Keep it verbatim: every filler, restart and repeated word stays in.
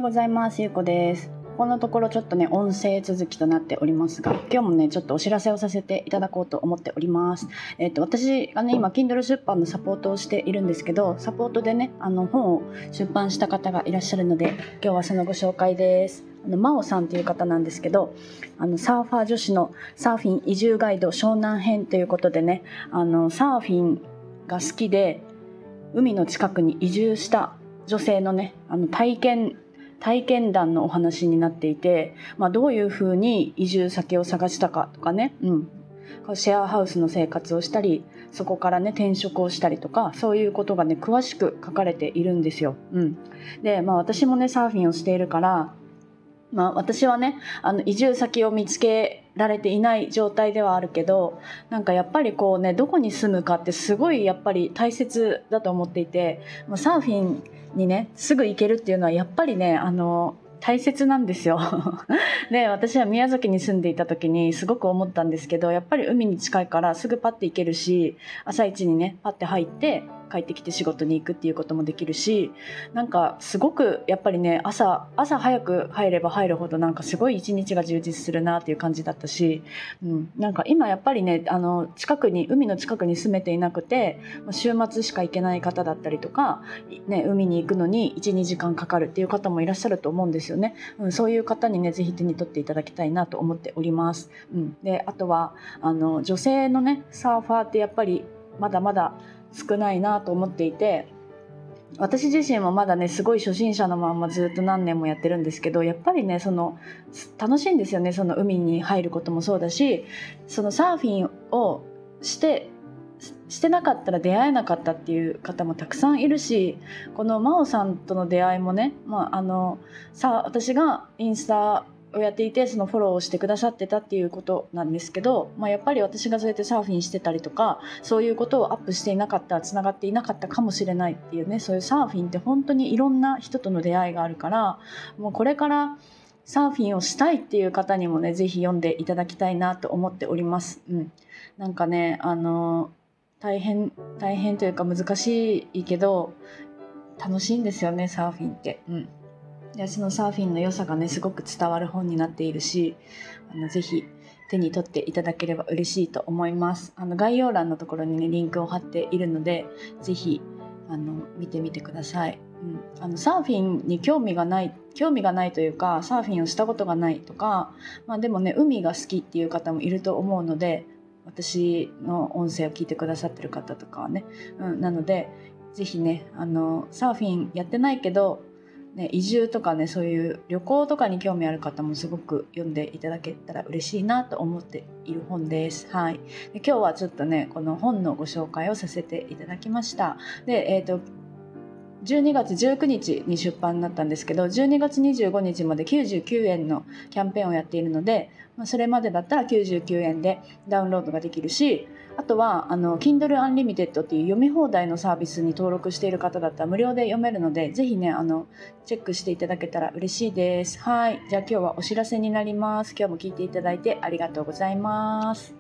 ございます。ゆうこです。このところちょっとね音声続きとなっておりますが、今日もねちょっとお知らせをさせていただこうと思っております。えっと私がね今 Kindle 出版のサポートをしているんですけど、サポートでねあの本を出版した方がいらっしゃるので、今日はそのご紹介です。あの真央さんという方なんですけど、あのサーファー女子のサーフィン移住ガイド湘南編ということでね、あのサーフィンが好きで海の近くに移住した女性のねあの体験体験談のお話になっていて、まあ、どういうふうに移住先を探したかとかね、うん、シェアハウスの生活をしたり、そこからね転職をしたりとか、そういうことがね詳しく書かれているんですよ。うん、で、まあ、私もねサーフィンをしているから、まあ、私はねあの移住先を見つけられていない状態ではあるけど、なんかやっぱりこうねどこに住むかってすごいやっぱり大切だと思っていて、まあ、サーフィンにねすぐ行けるっていうのはやっぱりねあの大切なんですよで、私は宮崎に住んでいた時にすごく思ったんですけど、やっぱり海に近いからすぐパッて行けるし、朝一にねパッて入って帰ってきて仕事に行くっていうこともできるし、なんかすごくやっぱりね朝朝早く入れば入るほどなんかすごい一日が充実するなっていう感じだったし、うん、なんか今やっぱりねあの近くに海の近くに住めていなくて週末しか行けない方だったりとか、ね、海に行くのに いちにじかんかかるっていう方もいらっしゃると思うんですよね。うん、そういう方にねぜひ手に取っていただきたいなと思っております。うん、であとはあの女性のねサーファーってやっぱりまだまだ少ないなと思っていて、私自身もまだねすごい初心者のまんまずっと何年もやってるんですけど、やっぱりねその楽しいんですよね。その海に入ることもそうだし、そのサーフィンをしてしてなかったら出会えなかったっていう方もたくさんいるし、この真央さんとの出会いもね、まあ、あのさ私がインスタをやっていてそのフォローをしてくださってたっていうことなんですけど、まあ、やっぱり私がそうやってサーフィンしてたりとかそういうことをアップしていなかったらつながっていなかったかもしれないっていうね、そういうサーフィンって本当にいろんな人との出会いがあるから、もうこれからサーフィンをしたいっていう方にもねぜひ読んでいただきたいなと思っております。うん、なんかねあの大変大変というか難しいけど楽しいんですよねサーフィンって。うん、でそのサーフィンの良さがねすごく伝わる本になっているし、あのぜひ手に取っていただければ嬉しいと思います。あの概要欄のところにねリンクを貼っているので、ぜひあの見てみてください。うん、あのサーフィンに興味がない興味がないというか、サーフィンをしたことがないとか、まあ、でもね海が好きっていう方もいると思うので、私の音声を聞いてくださってる方とかはね、うん、なのでぜひねあのサーフィンやってないけどね、移住とかねそういう旅行とかに興味ある方もすごく読んでいただけたら嬉しいなと思っている本です。はい、で今日はちょっとねこの本のご紹介をさせていただきました。で、えーとじゅうにがつじゅうくにちに出版になったんですけど、じゅうにがつにじゅうごにちまできゅうじゅうきゅうえんのキャンペーンをやっているので、まあ、それまでだったらきゅうじゅうきゅうえんでダウンロードができるし、あとはあの Kindle Unlimited っていう読み放題のサービスに登録している方だったら無料で読めるので、ぜひねあのチェックしていただけたら嬉しいです。はい、じゃあ今日はお知らせになります。今日も聞いていただいてありがとうございます。